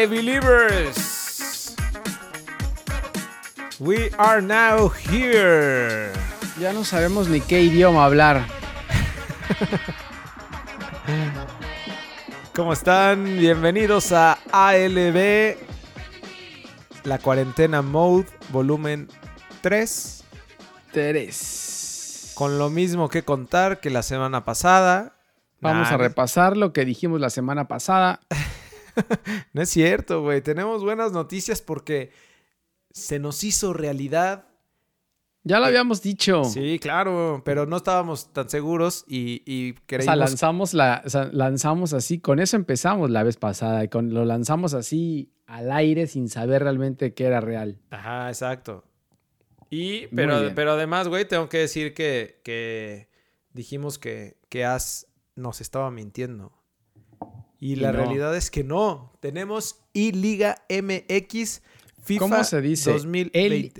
Telebelievers, we are now here. Ya no sabemos ni qué idioma hablar. ¿Cómo están? Bienvenidos a ALB, la cuarentena mode, volumen 3. Con lo mismo que contar que la semana pasada. Vamos a repasar lo que dijimos la semana pasada. No es cierto, güey. Tenemos buenas noticias porque se nos hizo realidad. Ya lo habíamos dicho. Sí, claro, pero no estábamos tan seguros y creímos... O sea, lanzamos así, con eso empezamos la vez pasada, y lo lanzamos así al aire sin saber realmente que era real. Ajá, exacto. Pero además, güey, tengo que decir que dijimos que nos estaba mintiendo. Y la realidad es que no. Tenemos iLiga MX FIFA. ¿Cómo se dice? 2020.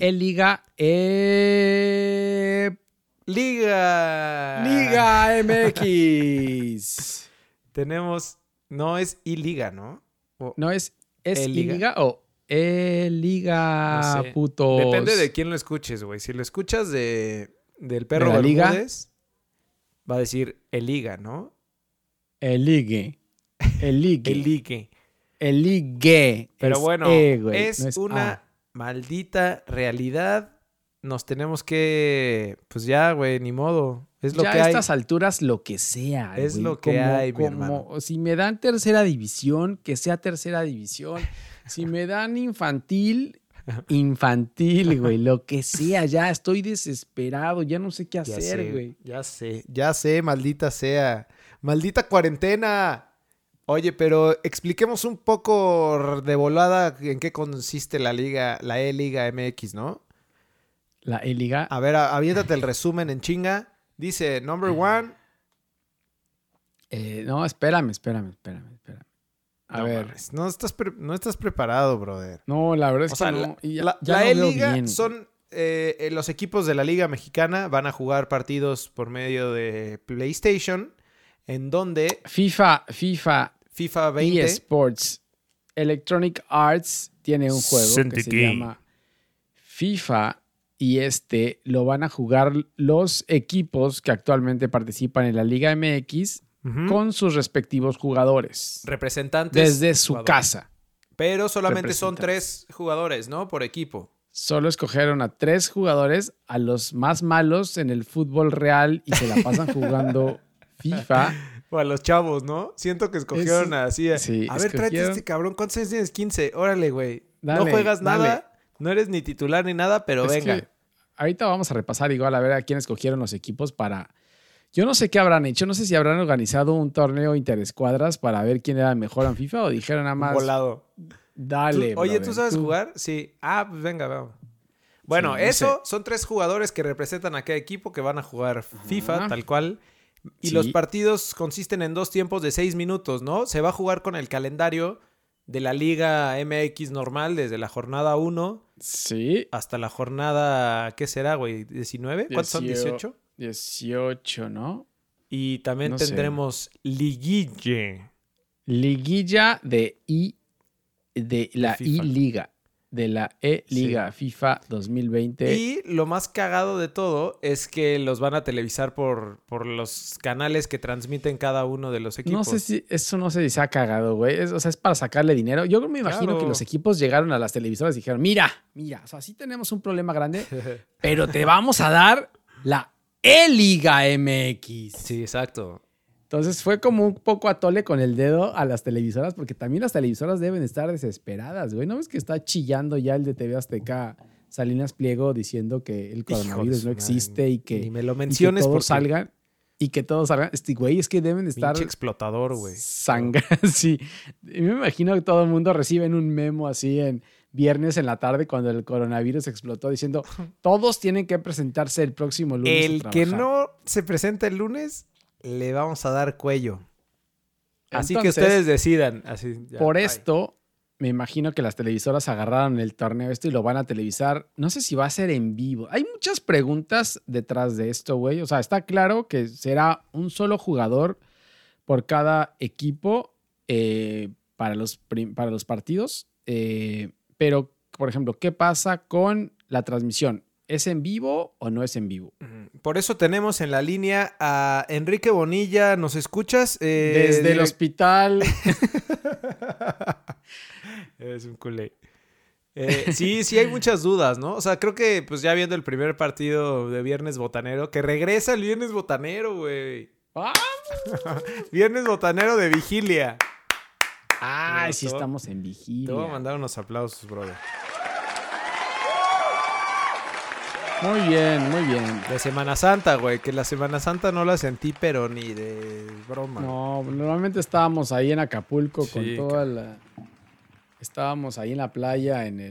Liga MX. Tenemos... No es iLiga, ¿no? No es iLiga o Liga, no sé. putos. Depende de quién lo escuches, güey. Si lo escuchas del perro ¿De la Bermúdez, va a decir iLiga, ¿no? El ligue. Pero bueno, es no es una maldita realidad. Nos tenemos que... Pues ya, güey, ni modo. Es lo ya que hay. A estas alturas, lo que sea. Es güey. lo que hay, mi hermano. Si me dan tercera división, que sea tercera división. Si me dan infantil, güey. Lo que sea, ya estoy desesperado. Ya no sé qué hacer, güey. Ya sé, maldita sea. Maldita cuarentena. Oye, pero expliquemos un poco de volada en qué consiste la liga, la E-Liga MX, ¿no? La E-Liga. A ver, aviéntate el resumen en chinga. Dice, number one. No, espérame. A ver. Mames, no estás preparado, brother. No, la verdad es que no. La E-Liga son los equipos de la Liga Mexicana van a jugar partidos por medio de PlayStation, en donde FIFA 20 eSports Electronic Arts tiene un juego que se llama FIFA y lo van a jugar los equipos que actualmente participan en la Liga MX con sus respectivos jugadores. Representantes. Desde su casa. Pero solamente son 3 jugadores, ¿no? Por equipo. Solo escogieron a 3 jugadores, a los más malos en el fútbol real y se la pasan jugando FIFA. O a los chavos, ¿no? Siento que escogieron así. Sí, a ver, tráete a este cabrón. ¿Cuántos años tienes? 15. Órale, güey. No juegas nada. No eres ni titular ni nada, pero venga. Ahorita vamos a repasar igual a ver a quién escogieron los equipos para... Yo no sé qué habrán hecho. No sé si habrán organizado un torneo interescuadras para ver quién era mejor en FIFA o dijeron nada más... Volado. Dale, Oye, ¿tú sabes jugar? Sí. Ah, pues venga, vamos. Bueno, sí, son 3 jugadores que representan a cada equipo que van a jugar FIFA, tal cual. Y los partidos consisten en 2 tiempos de 6 minutos, ¿no? Se va a jugar con el calendario de la Liga MX normal desde la jornada 1 hasta la jornada, ¿qué será, güey? ¿19? ¿Cuántos son? ¿18? 18, ¿no? Y también tendremos Liguilla. Liguilla de la iLiga. De la E-Liga FIFA 2020. Y lo más cagado de todo es que los van a televisar por los canales que transmiten cada uno de los equipos. No sé si eso no sé si se ha cagado, güey. Es para sacarle dinero. Yo me imagino que los equipos llegaron a las televisoras y dijeron, mira, o sea, sí tenemos un problema grande, pero te vamos a dar la E-Liga MX. Sí, exacto. Entonces fue como un poco atole con el dedo a las televisoras, porque también las televisoras deben estar desesperadas, güey. ¿No ves que está chillando ya el de TV Azteca, Salinas Pliego, diciendo que el coronavirus no existe y que, ni me lo menciones, y que todos salgan? Y que todos salgan. Güey, es que deben estar... Pinche explotador, güey. Sí. Y me imagino que todo el mundo recibe un memo así en viernes en la tarde cuando el coronavirus explotó diciendo todos tienen que presentarse el próximo lunes El que no se presenta el lunes... le vamos a dar cuello. Así que ustedes decidan. Esto, me imagino que las televisoras agarraron el torneo y lo van a televisar. No sé si va a ser en vivo. Hay muchas preguntas detrás de esto, güey. O sea, está claro que será un solo jugador por cada equipo para los partidos. Pero, por ejemplo, ¿qué pasa con la transmisión? ¿Es en vivo o no es en vivo? Por eso tenemos en la línea a Enrique Bonilla. ¿Nos escuchas? Desde el hospital. Es un culé. Sí hay muchas dudas, ¿no? O sea, creo que pues ya viendo el primer partido de Viernes Botanero, que regresa el Viernes Botanero, güey. ¡Ah! Viernes Botanero de vigilia. Ay, sí estamos en vigilia. Te voy a mandar unos aplausos, brother. Muy bien, muy bien. De Semana Santa, güey. Que la Semana Santa no la sentí, pero ni de broma. No, normalmente estábamos ahí en Acapulco con toda la... Estábamos ahí en la playa, en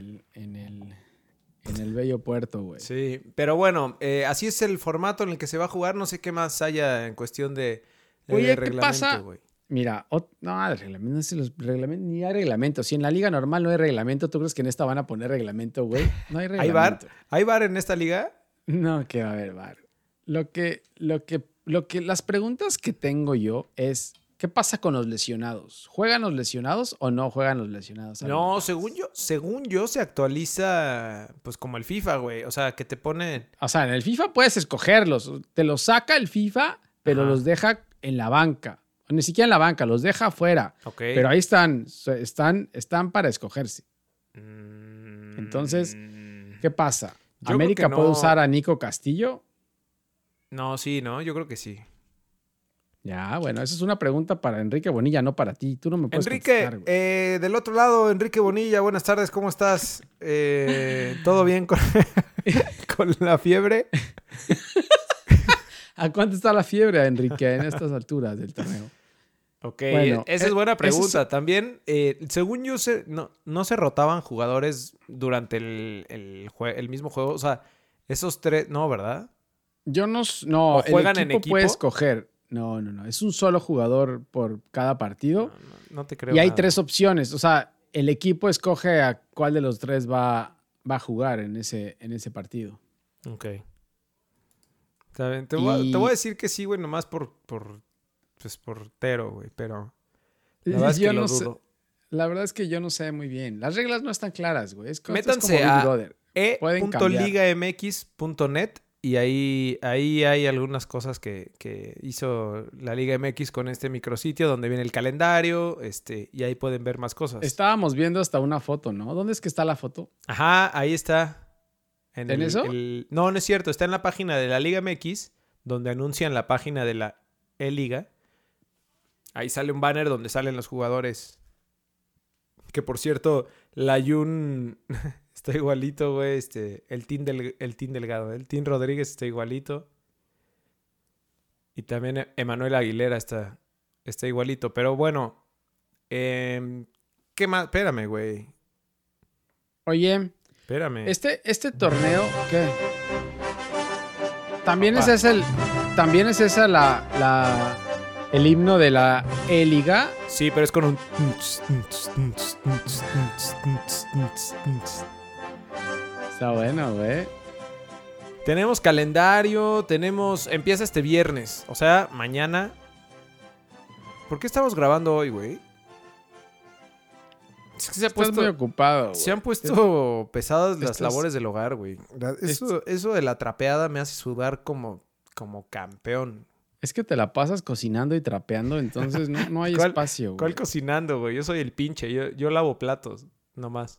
el bello puerto, güey. Sí, pero bueno, así es el formato en el que se va a jugar. No sé qué más haya en cuestión de Oye, reglamento, ¿qué pasa? Güey. Mira, no, el reglamento, ni hay reglamento. Si en la liga normal no hay reglamento, ¿tú crees que en esta van a poner reglamento, güey? No hay reglamento. ¿Hay VAR en esta liga? No, que va a haber VAR. Las preguntas que tengo yo es, ¿qué pasa con los lesionados? ¿Juegan los lesionados o no juegan los lesionados? No, según yo se actualiza pues como el FIFA, güey. O sea, que te pone... O sea, en el FIFA puedes escogerlos. Te los saca el FIFA, pero los deja en la banca. Ni siquiera en la banca, los deja afuera. Okay. Pero ahí están para escogerse. Entonces, ¿qué pasa? ¿América puede usar a Nico Castillo? No, sí, ¿no? Yo creo que sí. Ya, bueno, esa es una pregunta para Enrique Bonilla, no para ti. Tú no me puedes contestar, güey. Del otro lado, Enrique Bonilla, buenas tardes, ¿cómo estás? ¿Todo bien con la fiebre? ¿A cuánto está la fiebre, Enrique, en estas alturas del torneo? Ok, bueno, esa es buena pregunta. También, según yo, no se rotaban jugadores durante el mismo juego. O sea, esos tres, no, ¿verdad? Yo no, ¿O juegan en equipo? Puede escoger. No. Es un solo jugador por cada partido. No te creo. Y hay 3 opciones. O sea, el equipo escoge a cuál de los 3 va a jugar en ese partido. Ok. Está bien. Te voy a decir que sí, güey, nomás por portero, güey, pero la verdad es que lo dudo. La verdad es que yo no sé muy bien. Las reglas no están claras, güey. Métanse a e.ligamx.net y ahí hay algunas cosas que hizo la Liga MX con este micrositio donde viene el calendario, y ahí pueden ver más cosas. Estábamos viendo hasta una foto, ¿no? ¿Dónde es que está la foto? Ajá, ahí está. ¿En eso? No es cierto. Está en la página de la Liga MX, donde anuncian la página de la E-Liga. Ahí sale un banner donde salen los jugadores. Que por cierto, la Jun está igualito, güey. El Team Delgado. El Team Rodríguez está igualito. Y también Emanuel Aguilera está igualito. Pero bueno. ¿Qué más? Espérame, güey. Oye. Espérame. Este torneo, ¿qué? También es esa el himno de la E-Liga. Sí, pero es con un... Está bueno, güey. Tenemos calendario, empieza este viernes, o sea, mañana. ¿Por qué estamos grabando hoy, güey? Es que Estás muy ocupado, güey. Se han puesto pesadas las labores del hogar, güey. Eso de la trapeada me hace sudar como campeón. Es que te la pasas cocinando y trapeando, entonces no hay espacio, güey. ¿Cuál cocinando, güey? Yo soy el pinche. Yo lavo platos, nomás.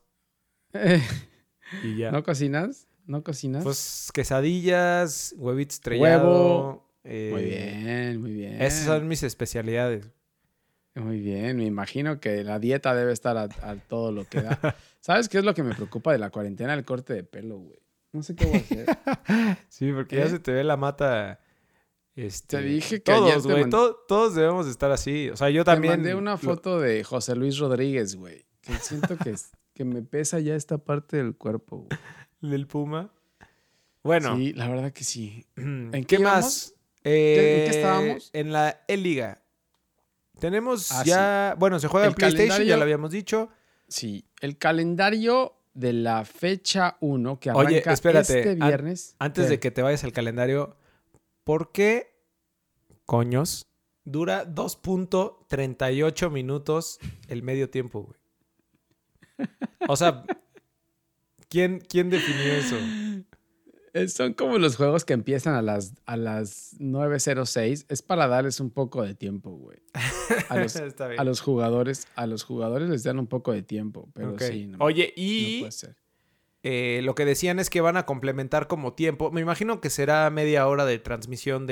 Y ya. ¿No cocinas? ¿No cocinas? Pues quesadillas, huevito estrellado. Huevo. Muy bien. Esas son mis especialidades. Muy bien. Me imagino que la dieta debe estar a todo lo que da. ¿Sabes qué es lo que me preocupa de la cuarentena? El corte de pelo, güey. No sé qué voy a hacer. Sí, porque ya se te ve la mata... Te dije que todos, güey, todos debemos de estar así. O sea, yo también... Te mandé una foto de José Luis Rodríguez, güey. Que siento que me pesa ya esta parte del cuerpo, güey. ¿Del Puma? Bueno. Sí, la verdad que sí. ¿En qué más? ¿En qué estábamos? En la E-Liga. Tenemos ya... Sí. Bueno, se juega en PlayStation, ya lo habíamos dicho. Sí. El calendario de la fecha 1 que arranca este viernes. Antes de que te vayas al calendario... ¿Por qué coños Dura 2.38 minutos el medio tiempo, güey. O sea, ¿quién definió eso? Son como los juegos que empiezan a las 9:06. Es para darles un poco de tiempo, güey. A los jugadores les dan un poco de tiempo, pero okay. sí. Oye, no puede ser. Lo que decían es que van a complementar como tiempo. Me imagino que será media hora de transmisión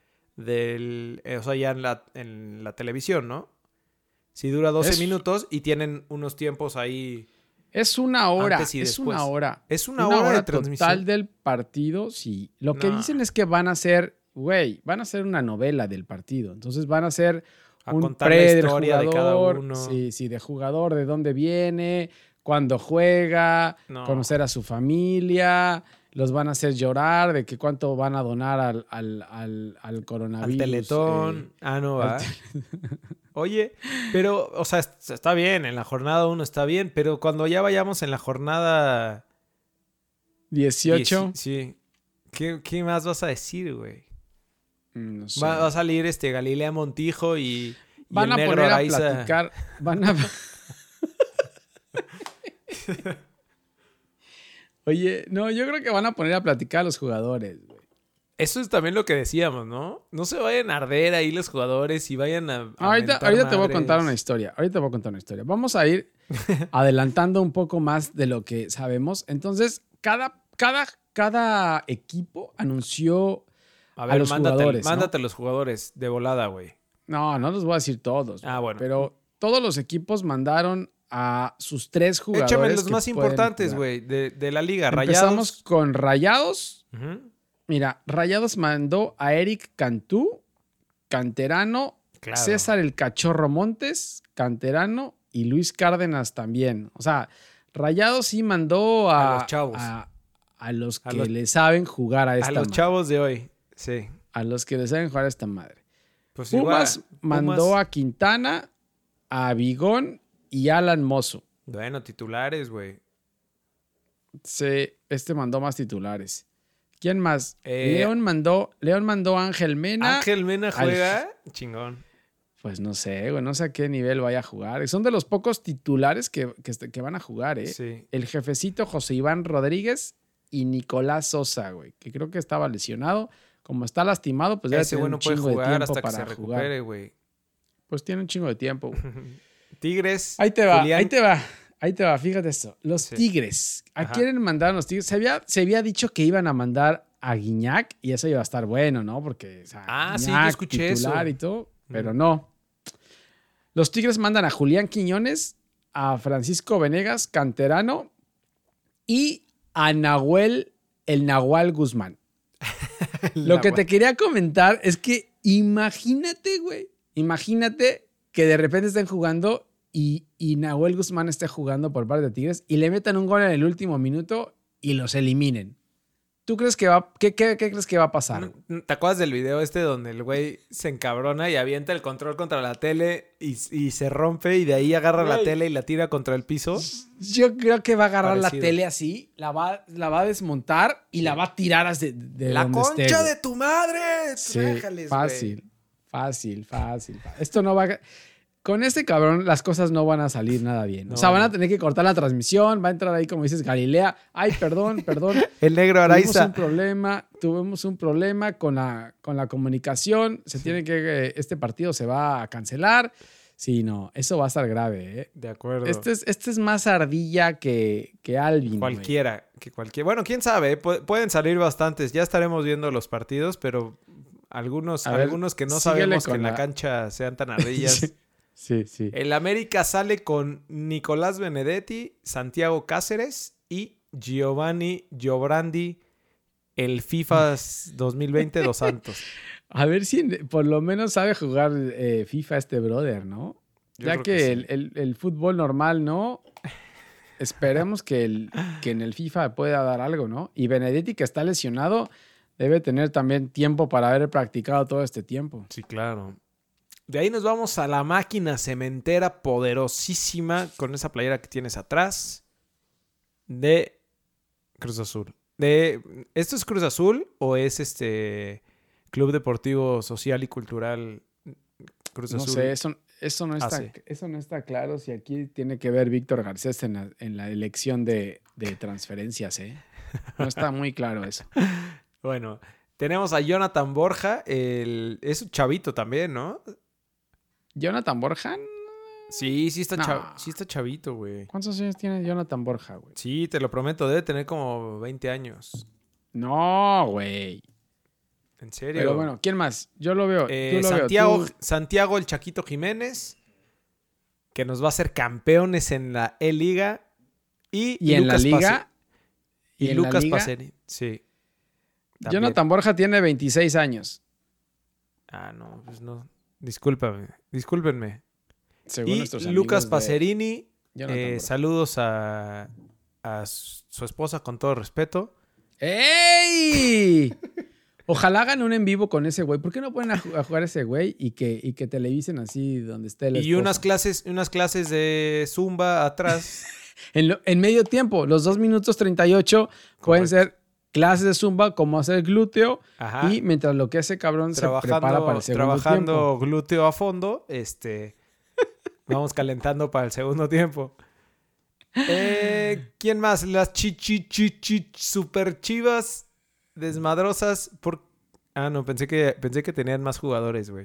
o sea, ya en la televisión, ¿no? Si dura 12 minutos y tienen unos tiempos ahí. Es una hora. Es una hora. Es una hora de transmisión. Total del partido, sí. Lo que dicen es que van a hacer una novela del partido. Entonces van a hacer un pre del jugador. De cada uno. Sí, de jugador, de dónde viene, cuándo juega, conocer a su familia. Los van a hacer llorar de que cuánto van a donar al coronavirus. Al Teletón. Oye, pero, o sea, está bien, en la jornada 1 está bien, pero cuando ya vayamos en la jornada 18. Sí. ¿Qué más vas a decir, güey? No sé. Va a salir Galilea Montijo y van el a negro poner Araiza. A platicar. Oye, no, yo creo que van a poner a platicar a los jugadores, güey. Eso es también lo que decíamos, ¿no? No se vayan a arder ahí los jugadores y vayan a ahorita te voy a contar una historia. Vamos a ir adelantando un poco más de lo que sabemos. Entonces, cada equipo anunció a los jugadores. Mándate a los jugadores de volada, güey. No los voy a decir todos. Bueno. Pero todos los equipos mandaron a sus 3 jugadores. Échame los más importantes, güey, de la liga. Empezamos con Rayados. Uh-huh. Mira, Rayados mandó a Eric Cantú, canterano, claro. César el Cachorro Montes, canterano, y Luis Cárdenas también. O sea, Rayados sí mandó a los chavos. A los que le saben jugar a esta madre. A los chavos de hoy, sí. A los que le saben jugar a esta madre. Pues Pumas mandó a Quintana, a Vigón y Alan Mozo. Bueno, titulares, güey. Sí, mandó más titulares. ¿Quién más? León mandó a Ángel Mena. ¿Ángel Mena juega? Chingón. Pues no sé, güey. No sé a qué nivel vaya a jugar. Son de los pocos titulares que van a jugar, ¿eh? Sí. El jefecito José Iván Rodríguez y Nicolás Sosa, güey. Que creo que estaba lesionado. Como está lastimado, pues ya tiene un chingo de tiempo hasta para que se recupere, güey. Pues tiene un chingo de tiempo, güey. Tigres. Ahí te va. Fíjate esto. Los Tigres. ¿A quién mandaron los Tigres? Se había dicho que iban a mandar a Guiñac y eso iba a estar bueno, ¿no? Porque, o sea, Guiñac, sí, yo escuché titular eso. Y todo, pero no. Los Tigres mandan a Julián Quiñones, a Francisco Venegas, canterano, y a Nahuel Guzmán. Lo que te quería comentar es que imagínate, güey. Imagínate que de repente estén jugando y Nahuel Guzmán esté jugando por parte de Tigres y le metan un gol en el último minuto y los eliminen. ¿Tú crees que qué crees que va a pasar? ¿Te acuerdas del video donde el güey se encabrona y avienta el control contra la tele y se rompe y de ahí agarra la tele y la tira contra el piso? Yo creo que va a agarrar la tele así, la va a desmontar y la va a tirar de ¡la donde concha esté, de tu madre! Sí, fácil. Esto no va a... Con este cabrón las cosas no van a salir nada bien. No, o sea, van a tener que cortar la transmisión, va a entrar ahí, como dices, Galilea. Ay, perdón. El negro Araiza. Tuvimos un problema con la comunicación. Este partido se va a cancelar. Sí, no, eso va a estar grave, ¿eh? De acuerdo. Este es más ardilla que Alvin. Cualquiera. Bueno, quién sabe, pueden salir bastantes. Ya estaremos viendo los partidos, pero algunos que no sabemos que en la cancha sean tan ardillas. Sí. El América sale con Nicolás Benedetti, Santiago Cáceres y Giovanni Giobrandi, el FIFA 2020 dos Santos. A ver si por lo menos sabe jugar FIFA este brother, ¿no? Ya que sí. el fútbol normal, ¿no? Esperemos que en el FIFA pueda dar algo, ¿no? Y Benedetti, que está lesionado, debe tener también tiempo para haber practicado todo este tiempo. Sí, claro. De ahí nos vamos a la máquina cementera poderosísima con esa playera que tienes atrás de Cruz Azul. ¿Esto es Cruz Azul o es Club Deportivo Social y Cultural Cruz No Azul. sé, eso no está claro si aquí tiene que ver Víctor Garcés en la elección de transferencias, ¿eh? No está muy claro eso. Bueno, tenemos a Jonathan Borja, es un chavito también, ¿no? ¿Jonathan Borja? Sí está chavito, güey. ¿Cuántos años tiene Jonathan Borja, güey? Sí, te lo prometo, debe tener como 20 años. No, güey. ¿En serio? Pero bueno, ¿quién más? Yo lo veo. Tú Santiago, veo. Santiago el Chaquito Jiménez, que nos va a hacer campeones en la E-Liga. Y en Lucas la Liga. Y Lucas Paceri. Sí. También. Jonathan Borja tiene 26 años. Ah, no, pues no. Discúlpenme. Según nuestros amigos Lucas Pacerini, saludos a su esposa con todo respeto. ¡Ey! Ojalá hagan un en vivo con ese güey. ¿Por qué no ponen a jugar ese güey y que televisen así donde esté la esposa? Y unas clases de Zumba atrás. en medio tiempo, los 2 minutos 38 pueden ser clases de Zumba, como hacer glúteo. Ajá. Y mientras lo que ese cabrón se prepara para el segundo tiempo. Trabajando glúteo a fondo, vamos calentando para el segundo tiempo. ¿Quién más? Las super chivas desmadrosas. No, pensé que tenían más jugadores, güey.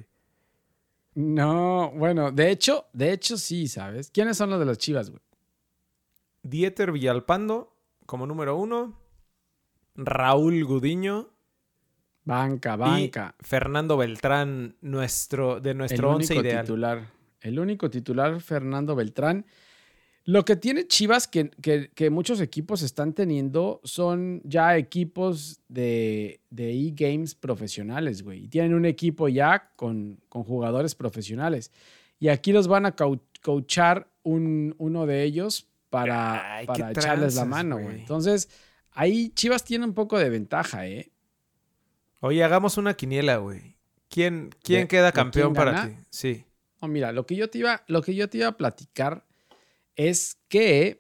No, bueno, de hecho sí, ¿sabes? ¿Quiénes son los de las chivas, güey? Dieter Villalpando como número 1. Raúl Gudiño. Banca. Y Fernando Beltrán, de nuestro once ideal. El único titular, Fernando Beltrán. Lo que tiene Chivas que muchos equipos están teniendo son ya equipos de e-games profesionales, güey. Y tienen un equipo ya con jugadores profesionales. Y aquí los van a coachar uno de ellos para echarles la mano, güey. Entonces, ahí Chivas tiene un poco de ventaja, ¿eh? Oye, hagamos una quiniela, güey. ¿Quién queda campeón para ti? Sí. No, mira, lo que yo te iba a platicar es que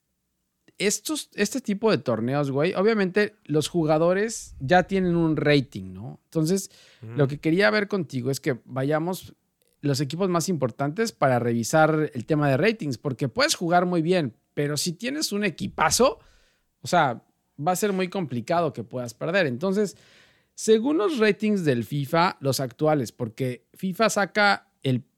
este tipo de torneos, güey, obviamente los jugadores ya tienen un rating, ¿no? Entonces, lo que quería ver contigo es que vayamos los equipos más importantes para revisar el tema de ratings, porque puedes jugar muy bien, pero si tienes un equipazo, o sea, va a ser muy complicado que puedas perder. Entonces, según los ratings del FIFA, los actuales, porque FIFA saca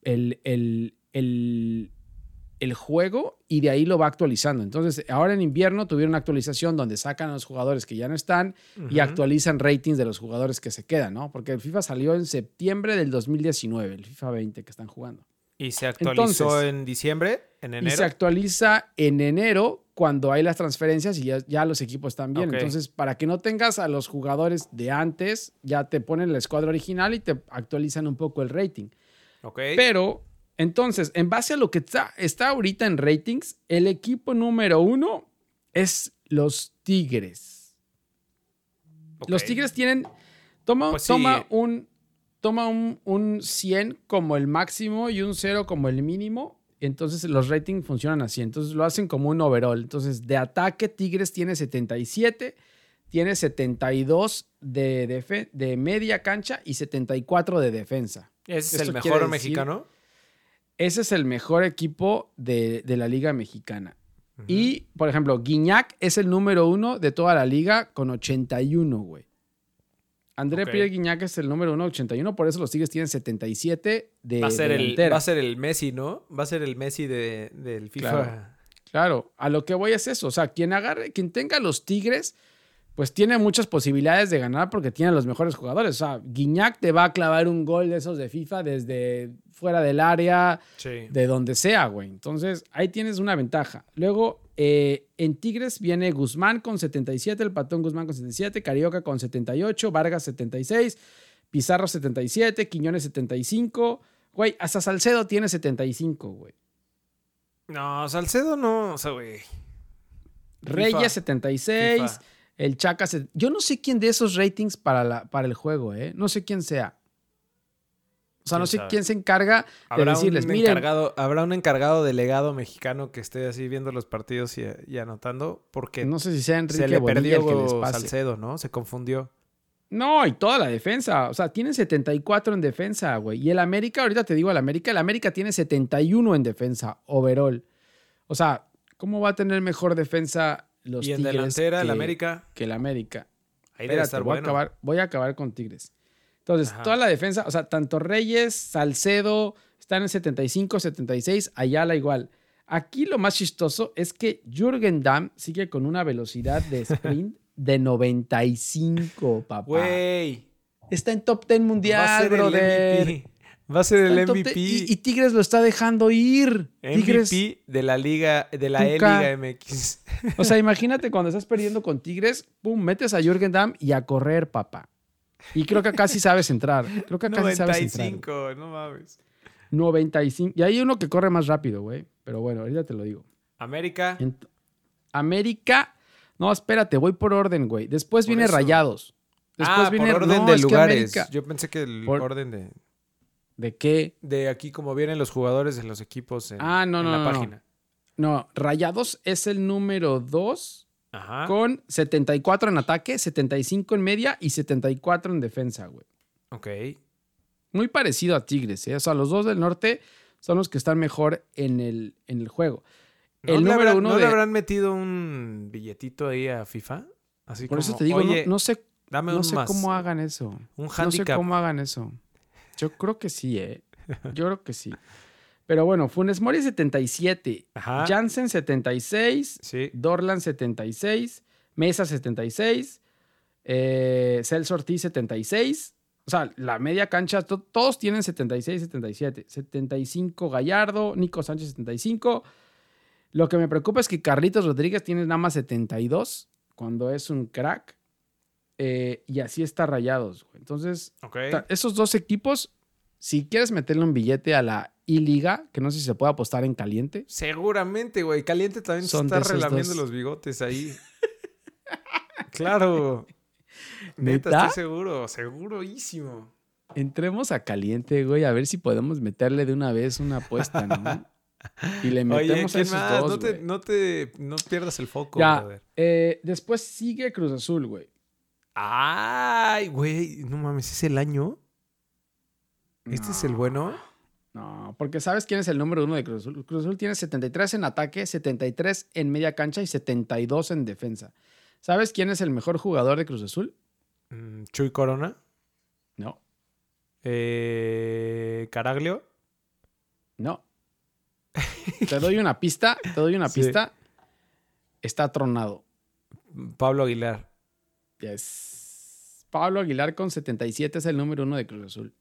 el juego y de ahí lo va actualizando. Entonces, ahora en invierno tuvieron una actualización donde sacan a los jugadores que ya no están y actualizan ratings de los jugadores que se quedan, ¿no? Porque el FIFA salió en septiembre del 2019, el FIFA 20 que están jugando. ¿Y se actualizó en diciembre? ¿En enero? Y se actualiza en enero cuando hay las transferencias y ya los equipos están bien. Okay. Entonces, para que no tengas a los jugadores de antes, ya te ponen la escuadra original y te actualizan un poco el rating. Okay. Pero, entonces, en base a lo que está ahorita en ratings, el equipo número 1 es los Tigres. Okay. Los Tigres tienen... Toma un 100 como el máximo y un 0 como el mínimo. Entonces los ratings funcionan así. Entonces lo hacen como un overall. Entonces de ataque Tigres tiene 77, tiene 72 de media cancha y 74 de defensa. ¿Ese es el mejor mexicano? Ese es el mejor equipo de la Liga Mexicana. Y, por ejemplo, Guiñac es el número 1 de toda la liga con 81, güey. André Pierre Guignac es el número 1, 81, por eso los Tigres tienen 77 de va a ser el Messi, ¿no? Va a ser el Messi del FIFA. Claro, a lo que voy es eso. O sea, quien tenga los Tigres, pues tiene muchas posibilidades de ganar porque tiene los mejores jugadores. O sea, Guiñac te va a clavar un gol de esos de FIFA desde fuera del área, de donde sea, güey. Entonces, ahí tienes una ventaja. Luego, en Tigres viene Guzmán con 77, el Patón Guzmán con 77, Carioca con 78, Vargas 76, Pizarro 77, Quiñones 75. Güey, hasta Salcedo tiene 75, güey. No, Salcedo no, o sea, güey. Reyes 76, FIFA. El Chaca... Yo no sé quién de esos ratings para el juego, ¿eh? No sé quién sea. O sea, no sé quién se encarga de decirles, miren... Habrá un encargado delegado mexicano que esté así viendo los partidos y anotando, porque no sé si sea Enrique se le Bonilla perdió el que les pase. Salcedo, ¿no? Se confundió. No, y toda la defensa. O sea, tienen 74 en defensa, güey. Y el América, ahorita te digo el América tiene 71 en defensa, overall. O sea, ¿cómo va a tener mejor defensa los Tigres? Y en delantera, el América. Que el América. Ahí debe estar bueno. Voy a acabar con Tigres. Entonces, toda la defensa, o sea, tanto Reyes, Salcedo, están en 75, 76, Ayala igual. Aquí lo más chistoso es que Jürgen Damm sigue con una velocidad de sprint de 95, papá. Güey. Está en top 10 mundial, brother. Va a ser el MVP. Y Tigres lo está dejando ir. MVP Tigres, de la Liga, de la E-Liga MX. O sea, imagínate cuando estás perdiendo con Tigres, pum, metes a Jürgen Damm y a correr, papá. Y creo que acá sí sabes entrar. Creo que acá 95, sí sabes entrar. 95, no mames. 95. Y hay uno que corre más rápido, güey. Pero bueno, ahorita te lo digo. América. América. No, espérate, voy por orden, güey. Después viene Rayados. Después viene por orden de lugares. Yo pensé que el orden de... ¿De qué? De aquí, como vienen los jugadores de los equipos en la página. No, Rayados es el número 2 con 74 en ataque, 75 en media y 74 en defensa, güey. Ok. Muy parecido a Tigres, ¿eh? O sea, los dos del norte son los que están mejor en el juego. ¿No le habrán metido un billetito ahí a FIFA? Así por como, eso te digo, oye, no sé más. Cómo hagan eso. Un handicap. No sé cómo hagan eso. Yo creo que sí, ¿eh? Yo creo que sí. Pero bueno, Funes Mori 77, Jansen 76, sí. Dorlan 76, Mesa 76, Celso Ortiz 76. O sea, la media cancha, todos tienen 76, 77. 75 Gallardo, Nico Sánchez 75. Lo que me preocupa es que Carlitos Rodríguez tiene nada más 72 cuando es un crack. Y así está Rayados, güey. Entonces, esos dos equipos, si quieres meterle un billete a la I-Liga, que no sé si se puede apostar en caliente. Seguramente, güey. Caliente también se está relamiendo los bigotes ahí. Claro. Neta, estoy seguro. Segurísimo. Entremos a caliente, güey, a ver si podemos meterle de una vez una apuesta, ¿no? Y le metemos a esos dos, no pierdas el foco, ya, brother. Después sigue Cruz Azul, güey. Ay, güey. No mames, ¿es el año? ¿Este es el bueno? No, porque ¿sabes quién es el número 1 de Cruz Azul? Cruz Azul tiene 73 en ataque, 73 en media cancha y 72 en defensa. ¿Sabes quién es el mejor jugador de Cruz Azul? ¿Chuy Corona? No. ¿Caraglio? No. Te doy una pista. Pista. Está tronado. Pablo Aguilar. Yes. Pablo Aguilar con 77 es el número 1 de Cruz Azul.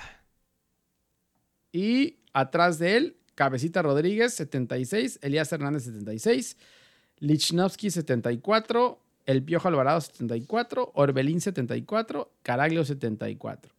Y atrás de él, Cabecita Rodríguez, 76. Elías Hernández, 76. Lichnowsky, 74. El Piojo Alvarado, 74. Orbelín, 74. Caraglio, 74.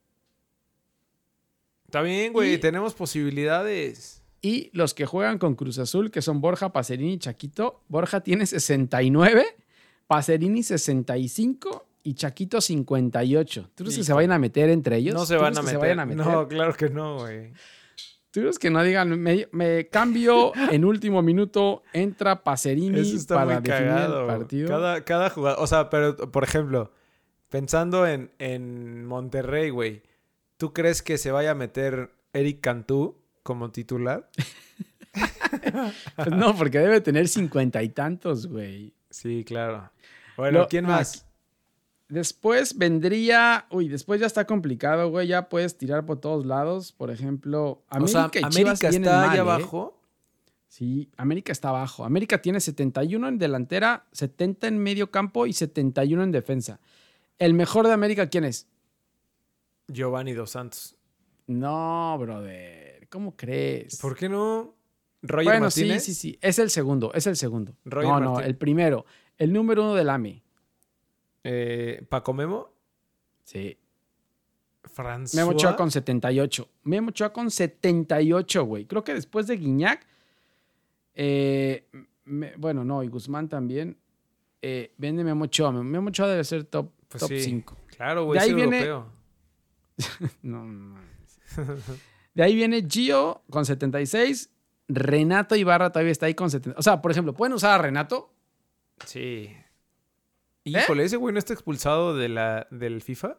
Está bien, güey. Tenemos posibilidades. Y los que juegan con Cruz Azul, que son Borja, Pacerini y Chaquito. Borja tiene 69. Pacerini, 65. Y Chaquito, 58. ¿Tú crees que se vayan a meter entre ellos? No se van a meter. No, claro que no, güey. ¿Tú crees que no digan, me cambio en último minuto, entra Pacerini para definir el partido? Cada jugador, o sea, pero por ejemplo, pensando en Monterrey, güey, ¿tú crees que se vaya a meter Eric Cantú como titular? Pues no, porque debe tener 50 y tantos, güey. Sí, claro. Bueno, ¿quién más? Después vendría... después ya está complicado, güey. Ya puedes tirar por todos lados. Por ejemplo, América y Chivas está ahí abajo. Sí, América está abajo. América tiene 71 en delantera, 70 en medio campo y 71 en defensa. ¿El mejor de América quién es? Giovanni Dos Santos. No, brother. ¿Cómo crees? ¿Por qué no? ¿Roger Martínez? Sí. Es el segundo. Roger Martínez. No, el primero. El número 1 del AME. ¿Paco Memo? Sí. ¿François? Memo Ochoa con 78. Memo Ochoa con 78, güey. Creo que después de Guiñac. Y Guzmán también. Vende Memo Ochoa. Memo Ochoa debe ser top 5. Claro, güey, es europeo. No. De ahí viene Gio con 76. Renato Ibarra todavía está ahí con 70. O sea, por ejemplo, ¿pueden usar a Renato? Sí. Híjole, ¿ese güey no está expulsado del FIFA?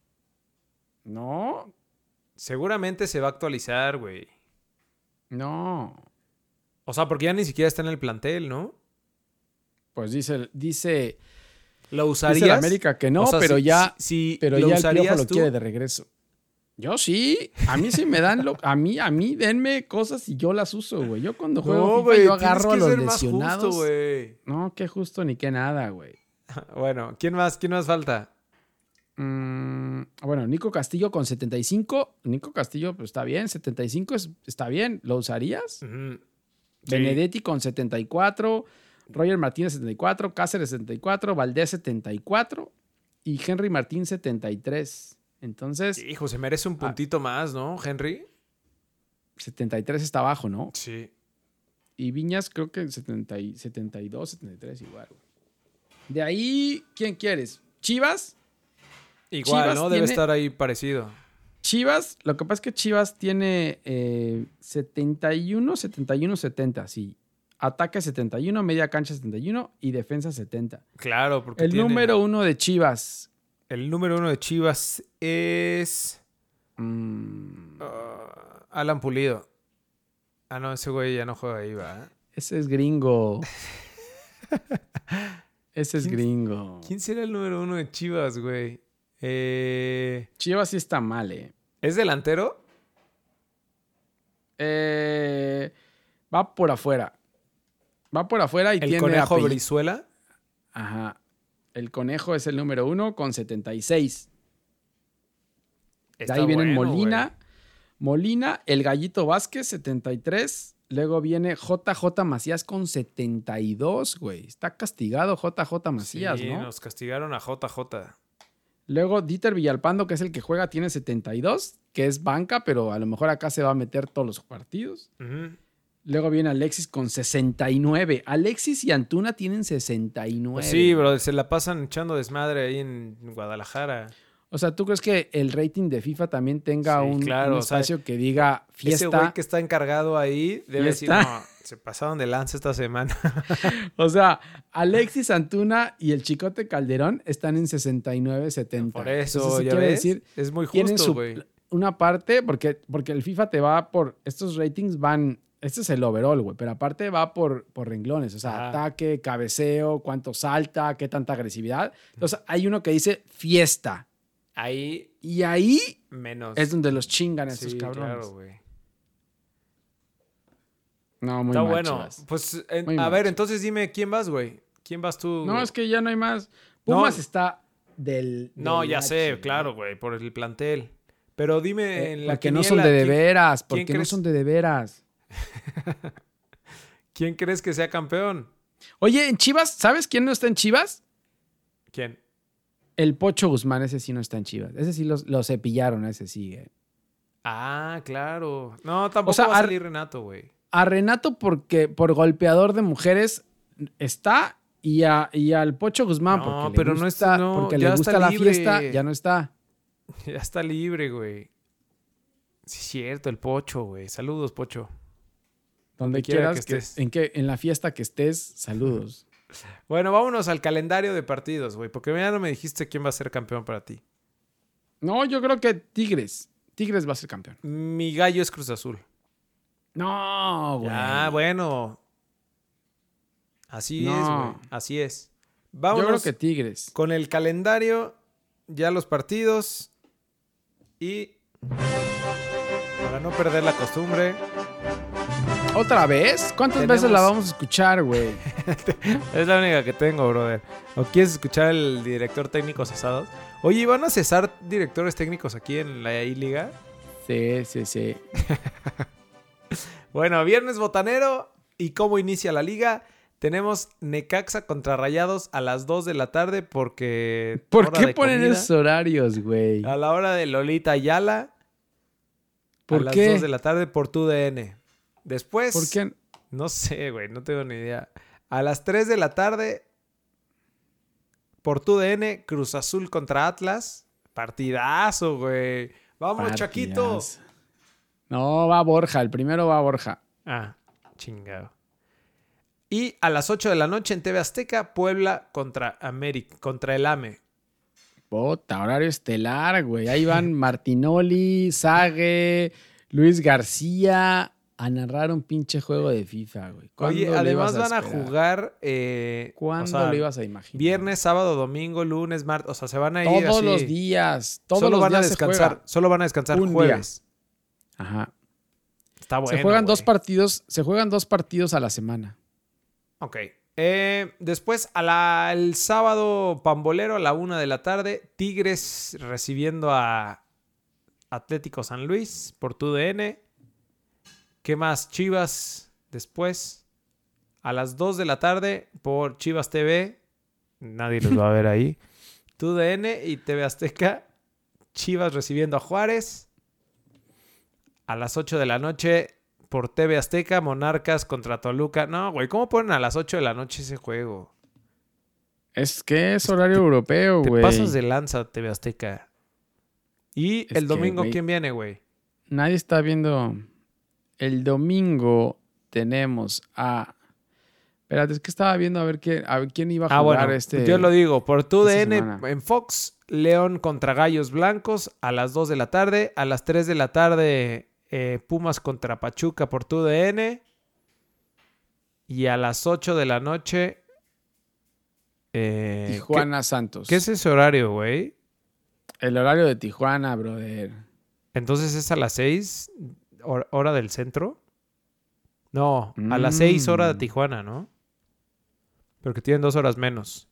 No. Seguramente se va a actualizar, güey. No. O sea, porque ya ni siquiera está en el plantel, ¿no? Pues dice ¿lo usarías? Dice la América que no, o sea, pero ya el Piojo lo quiere de regreso. Yo sí. A mí sí me dan a mí denme cosas y yo las uso, güey. Yo cuando juego FIFA, yo agarro a los lesionados. Justo, no, qué justo ni qué nada, güey. Bueno, ¿quién más falta? Bueno, Nico Castillo con 75. Nico Castillo, pues está bien. 75 está bien. ¿Lo usarías? Uh-huh. Benedetti con 74. Roger Martínez 74. Cáceres 74. Valdés 74. Y Henry Martín 73. Entonces... Hijo, se merece un puntito más, ¿no, Henry? 73 está abajo, ¿no? Sí. Y Viñas creo que 72, 73 igual. De ahí, ¿quién quieres? ¿Chivas? Igual, Chivas, ¿no? Debe estar ahí parecido. Chivas, lo que pasa es que Chivas tiene 71, 70, sí. Ataque 71, media cancha 71 y defensa 70. Claro, porque el número 1 de Chivas. El número 1 de Chivas es... Alan Pulido. Ah, no, ese güey ya no juega ahí, ¿va? Ese es gringo. Ese es gringo. ¿Quién será el número 1 de Chivas, güey? Chivas sí está mal, ¿Es delantero? Va por afuera. Y tiene... ¿El Conejo Brizuela? Ajá. El Conejo es el número 1 con 76. De ahí vienen Molina, el Gallito Vázquez, 73. Luego viene JJ Macías con 72, güey. Está castigado JJ Macías, sí, ¿no? Nos castigaron a JJ. Luego Dieter Villalpando, que es el que juega, tiene 72, que es banca, pero a lo mejor acá se va a meter todos los partidos. Uh-huh. Luego viene Alexis con 69. Alexis y Antuna tienen 69. Pues sí, bro, se la pasan echando desmadre ahí en Guadalajara. O sea, ¿tú crees que el rating de FIFA también tenga un espacio que diga fiesta? Ese güey que está encargado ahí debe decir, no, se pasaron de lanza esta semana. O sea, Alexis, Antuna y el Chicote Calderón están en 69, 70. Por eso, ya ves, decir, es muy justo, güey. Una parte, porque el FIFA te va por... Estos ratings van... Este es el overall, güey, pero aparte va por renglones. O sea, ataque, cabeceo, cuánto salta, qué tanta agresividad. Entonces, hay uno que dice fiesta. Ahí. Y ahí menos. es donde los chingan estos cabrones. Claro, güey. No, muy mal. Está bueno. Chivas. Pues, a ver, entonces dime, ¿quién vas, güey? ¿Quién vas tú? No, es que ya no hay más. Pumas está del no, ya sé, claro, güey, por el plantel. Pero dime en la porque quiniela, no son de veras. Porque no son de veras. ¿Quién crees que sea campeón? Oye, en Chivas, ¿sabes quién no está en Chivas? ¿Quién? El Pocho Guzmán, ese sí no está en Chivas. Ese sí lo cepillaron, ese sí. Ah, claro. No, tampoco va a salir Renato, güey. A Renato porque por golpeador de mujeres está y al Pocho Guzmán porque le gusta, porque le gusta la fiesta, ya no está. Ya está libre, güey. Sí, es cierto, el Pocho, güey. Saludos, Pocho. Donde quieras que estés. En la fiesta que estés, saludos. Bueno, vámonos al calendario de partidos, güey. Porque ya no me dijiste quién va a ser campeón para ti. No, yo creo que Tigres. Tigres va a ser campeón. Mi gallo es Cruz Azul. No, güey. Ah, bueno. Así es, güey. Así es. Vámonos. Yo creo que Tigres. Con el calendario, ya los partidos. Y para no perder la costumbre. ¿Otra vez? ¿Cuántas veces la vamos a escuchar, güey? Es la única que tengo, brother. ¿O quieres escuchar el director técnico cesados? Oye, ¿van a cesar directores técnicos aquí en la I-Liga? Sí. Bueno, viernes botanero. ¿Y cómo inicia la liga? Tenemos Necaxa contra Rayados a las 2 de la tarde porque... ¿Por qué ponen esos horarios, güey? A la hora de Lolita Ayala. ¿Por qué? A las 2 de la tarde por TUDN. Después... ¿Por qué? No sé, güey. No tengo ni idea. A las 3 de la tarde por TUDN, Cruz Azul contra Atlas. Partidazo, güey. Vamos, Chaquito. No, va Borja. El primero va Borja. Ah, chingado. Y a las 8 de la noche en TV Azteca, Puebla contra el AME. Puta, horario estelar, güey. Ahí van Martinoli, Sague, Luis García a narrar un pinche juego de FIFA, güey. Oye, además van a jugar... ¿Cuándo lo ibas a imaginar? Viernes, sábado, domingo, lunes, martes. O sea, se van a ir todos así. Los días. Todos solo los van días a descansar. Solo van a descansar jueves. Día. Ajá. Está bueno, se juegan dos partidos a la semana. Ok. Después, el sábado pambolero a la 1 de la tarde, Tigres recibiendo a Atlético San Luis por TUDN. ¿Qué más? Chivas después. A las 2 de la tarde por Chivas TV. Nadie los va a ver ahí. TUDN y TV Azteca. Chivas recibiendo a Juárez. A las 8 de la noche por TV Azteca. Monarcas contra Toluca. No, güey. ¿Cómo ponen a las 8 de la noche ese juego? Es que es horario europeo, güey. Te pasas de lanza TV Azteca. Y el domingo, ¿quién viene, güey? Nadie está viendo... El domingo tenemos a... Espérate, es que estaba viendo a ver quién iba a jugar yo lo digo. Por TUDN en Fox, León contra Gallos Blancos a las 2 de la tarde. A las 3 de la tarde, Pumas contra Pachuca por TUDN. Y a las 8 de la noche... Tijuana Santos. ¿Qué es ese horario, güey? El horario de Tijuana, brother. Entonces es a las 6... ¿Hora del centro? No, a las 6 horas de Tijuana, ¿no? Porque tienen 2 horas menos.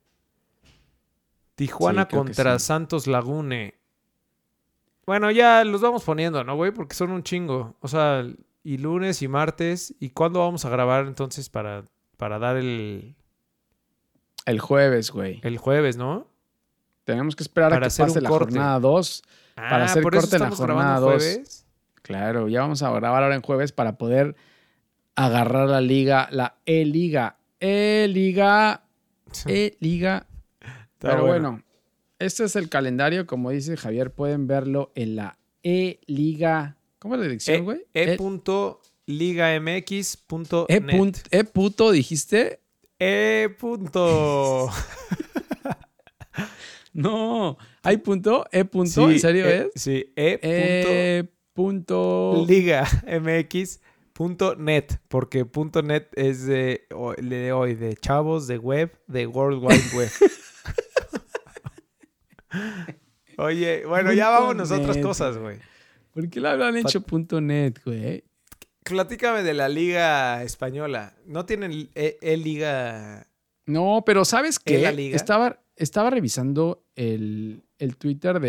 Tijuana contra Santos Lagune. Bueno, ya los vamos poniendo, ¿no, güey? Porque son un chingo. O sea, y lunes y martes. ¿Y cuándo vamos a grabar entonces para dar el... El jueves, güey. El jueves, ¿no? Tenemos que esperar a que pase la jornada 2. Para hacer corte en la jornada 2. Jueves. Claro, ya vamos a grabar ahora en jueves para poder agarrar la liga, la E-Liga. E-Liga. Pero bueno, este es el calendario. Como dice Javier, pueden verlo en la E-Liga. ¿Cómo es la dirección, güey? e.ligamx.net. ¿E-puto dijiste? E-punto. No, ¿hay punto? ¿E-punto? Sí, ¿en serio es? Sí, ligamx.net, porque .net es de hoy, de chavos, de web, de World Wide Web. Oye, bueno, ya vámonos a otras cosas, güey. ¿Por qué lo habrán hecho .net, güey? Platícame de la Liga Española. ¿No tienen liga? No, pero ¿sabes qué? Estaba revisando el Twitter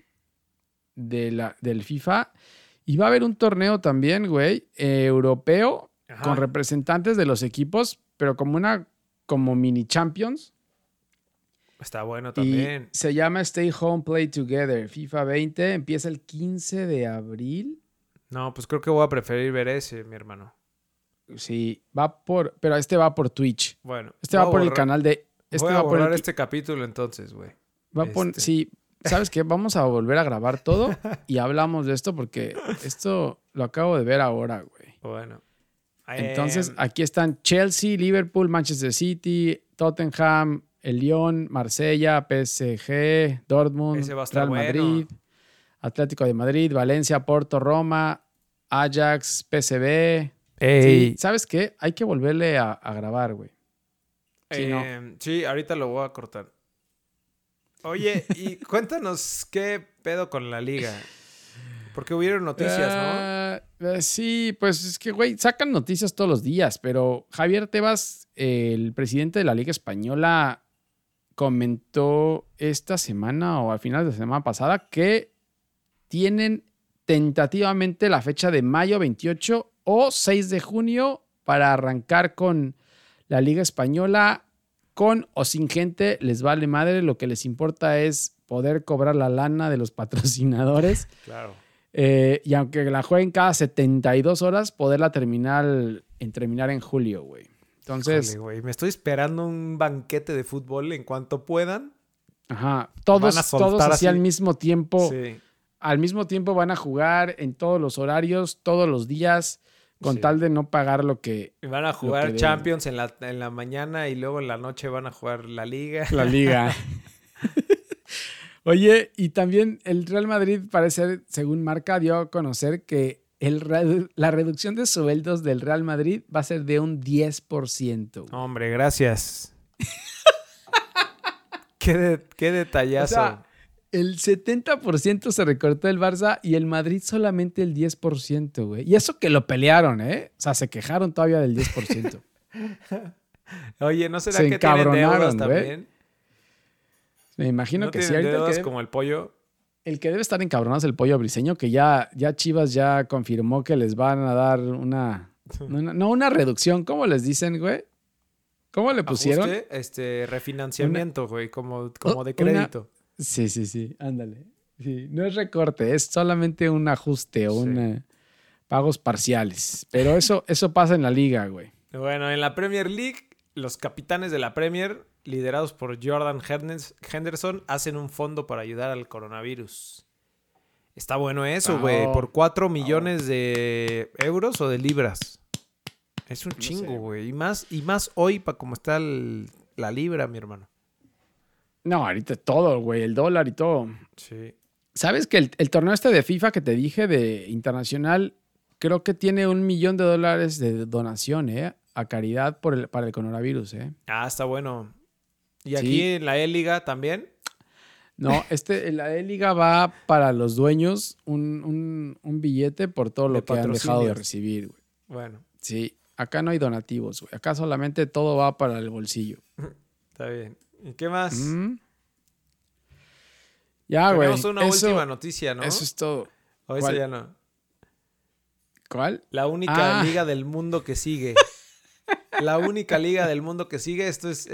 del FIFA y va a haber un torneo también, güey, europeo. Ajá. Con representantes de los equipos, pero como mini champions. Está bueno también. Y se llama Stay Home Play Together FIFA 20. Empieza el 15 de abril. No, pues creo que voy a preferir ver ese, mi hermano. Sí, pero este va por Twitch. Bueno. Va por el canal de... Voy a borrar este capítulo entonces, güey. Sí, ¿sabes qué? Vamos a volver a grabar todo y hablamos de esto porque esto lo acabo de ver ahora, güey. Bueno. Entonces, aquí están Chelsea, Liverpool, Manchester City, Tottenham, el Lyon, Marsella, PSG, Dortmund, Real Madrid, Atlético de Madrid, Valencia, Porto, Roma, Ajax, PSV. Sí, ¿sabes qué? Hay que volverle a grabar, güey. Sí, ahorita lo voy a cortar. Oye, y cuéntanos qué pedo con la liga. Porque hubieron noticias, ¿no? Sí, pues es que, güey, sacan noticias todos los días, pero Javier Tebas, el presidente de la Liga Española, comentó esta semana o al final de la semana pasada que tienen tentativamente la fecha de mayo 28 o 6 de junio para arrancar con la Liga Española. Con o sin gente, les vale madre. Lo que les importa es poder cobrar la lana de los patrocinadores. Claro. Y aunque la jueguen cada 72 horas, poderla terminar en julio, güey. Entonces... Híjole, güey. Me estoy esperando un banquete de fútbol en cuanto puedan. Ajá. Todos así al mismo tiempo. Sí. Al mismo tiempo van a jugar en todos los horarios, todos los días. con tal de no pagar lo que... Y van a jugar Champions en la mañana y luego en la noche van a jugar la Liga. La Liga. Oye, y también el Real Madrid parece, según Marca, dio a conocer que la reducción de sueldos del Real Madrid va a ser de un 10%. Hombre, gracias. Qué detallazo. O sea, el 70% se recortó el Barça y el Madrid solamente el 10%, güey. Y eso que lo pelearon, ¿eh? O sea, se quejaron todavía del 10%. Oye, ¿no será que tienen deudas también? Me imagino ¿No que sí. Ahorita deudas como el Pollo? El que debe estar encabronado es el Pollo Briseño, que ya Chivas ya confirmó que les van a dar una reducción. ¿Cómo les dicen, güey? ¿Cómo le pusieron? Refinanciamiento, güey, como de crédito. Sí, ándale. Sí, no es recorte, es solamente un ajuste o pagos parciales. Pero eso pasa en la liga, güey. Bueno, en la Premier League, los capitanes de la Premier, liderados por Jordan Henderson, hacen un fondo para ayudar al coronavirus. Está bueno eso, güey. Por 4 millones de euros o de libras. Es un chingo, güey. Y más hoy para cómo está la libra, mi hermano. No, ahorita todo, güey. El dólar y todo. Sí. ¿Sabes que el torneo de FIFA que te dije de internacional, creo que tiene $1 millón de donación, a caridad para el coronavirus, Ah, está bueno. ¿Y aquí en la E-Liga también? No, en la E-Liga va para los dueños un billete por todo lo que han dejado de recibir, güey. Bueno. Sí, acá no hay donativos, güey. Acá solamente todo va para el bolsillo. Está bien. ¿Y qué más? Ya, güey. Tenemos una última noticia, ¿no? Eso es todo. ¿O esa ya no? ¿Cuál? La única liga del mundo que sigue. La única liga del mundo que sigue. Esto es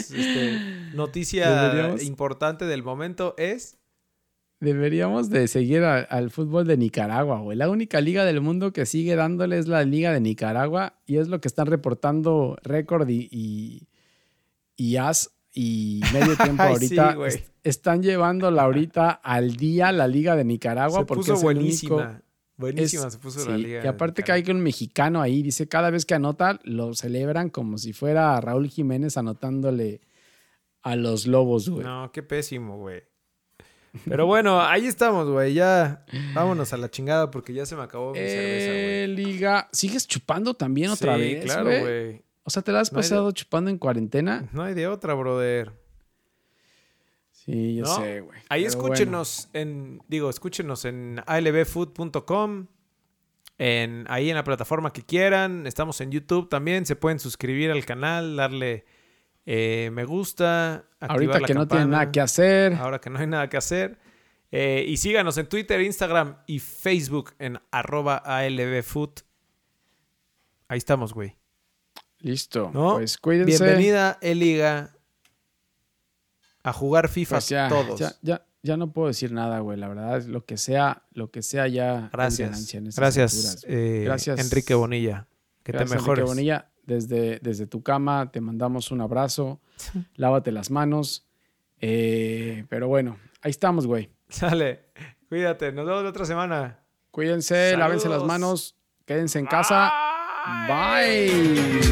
noticia importante del momento es... Deberíamos de seguir al fútbol de Nicaragua, güey. La única liga del mundo que sigue dándole es la Liga de Nicaragua y es lo que están reportando Récord y AS y Medio Tiempo ahorita. Sí, están llevándola ahorita al día la Liga de Nicaragua. Se porque puso es buenísima. Buenísima se puso la Liga. Y aparte que hay un mexicano ahí, dice, cada vez que anota lo celebran como si fuera Raúl Jiménez anotándole a los Lobos, güey. No, qué pésimo, güey. Pero bueno, ahí estamos, güey. Ya vámonos a la chingada porque ya se me acabó mi cerveza, güey. Liga. ¿Sigues chupando también otra vez, Sí, claro, güey. O sea, ¿te la has pasado chupando en cuarentena? No hay de otra, brother. Sí, yo sé, güey. Ahí escúchenos escúchenos en alvfood.com, ahí en la plataforma que quieran. Estamos en YouTube también. Se pueden suscribir al canal, darle me gusta, activar ahorita la que campana. No tienen nada que hacer. Ahora que no hay nada que hacer. Y síganos en Twitter, Instagram y Facebook en @alvfood. Ahí estamos, güey. Listo. ¿No? Pues cuídense. Bienvenida, E-Liga, a jugar FIFA pues todos. Ya no puedo decir nada, güey. La verdad, lo que sea ya. Gracias. Gracias, Enrique Bonilla. Que te mejores. Enrique Bonilla, desde tu cama te mandamos un abrazo. Lávate las manos. Pero bueno, ahí estamos, güey. Sale. Cuídate. Nos vemos la otra semana. Cuídense, lávense las manos. Quédense en casa. Bye.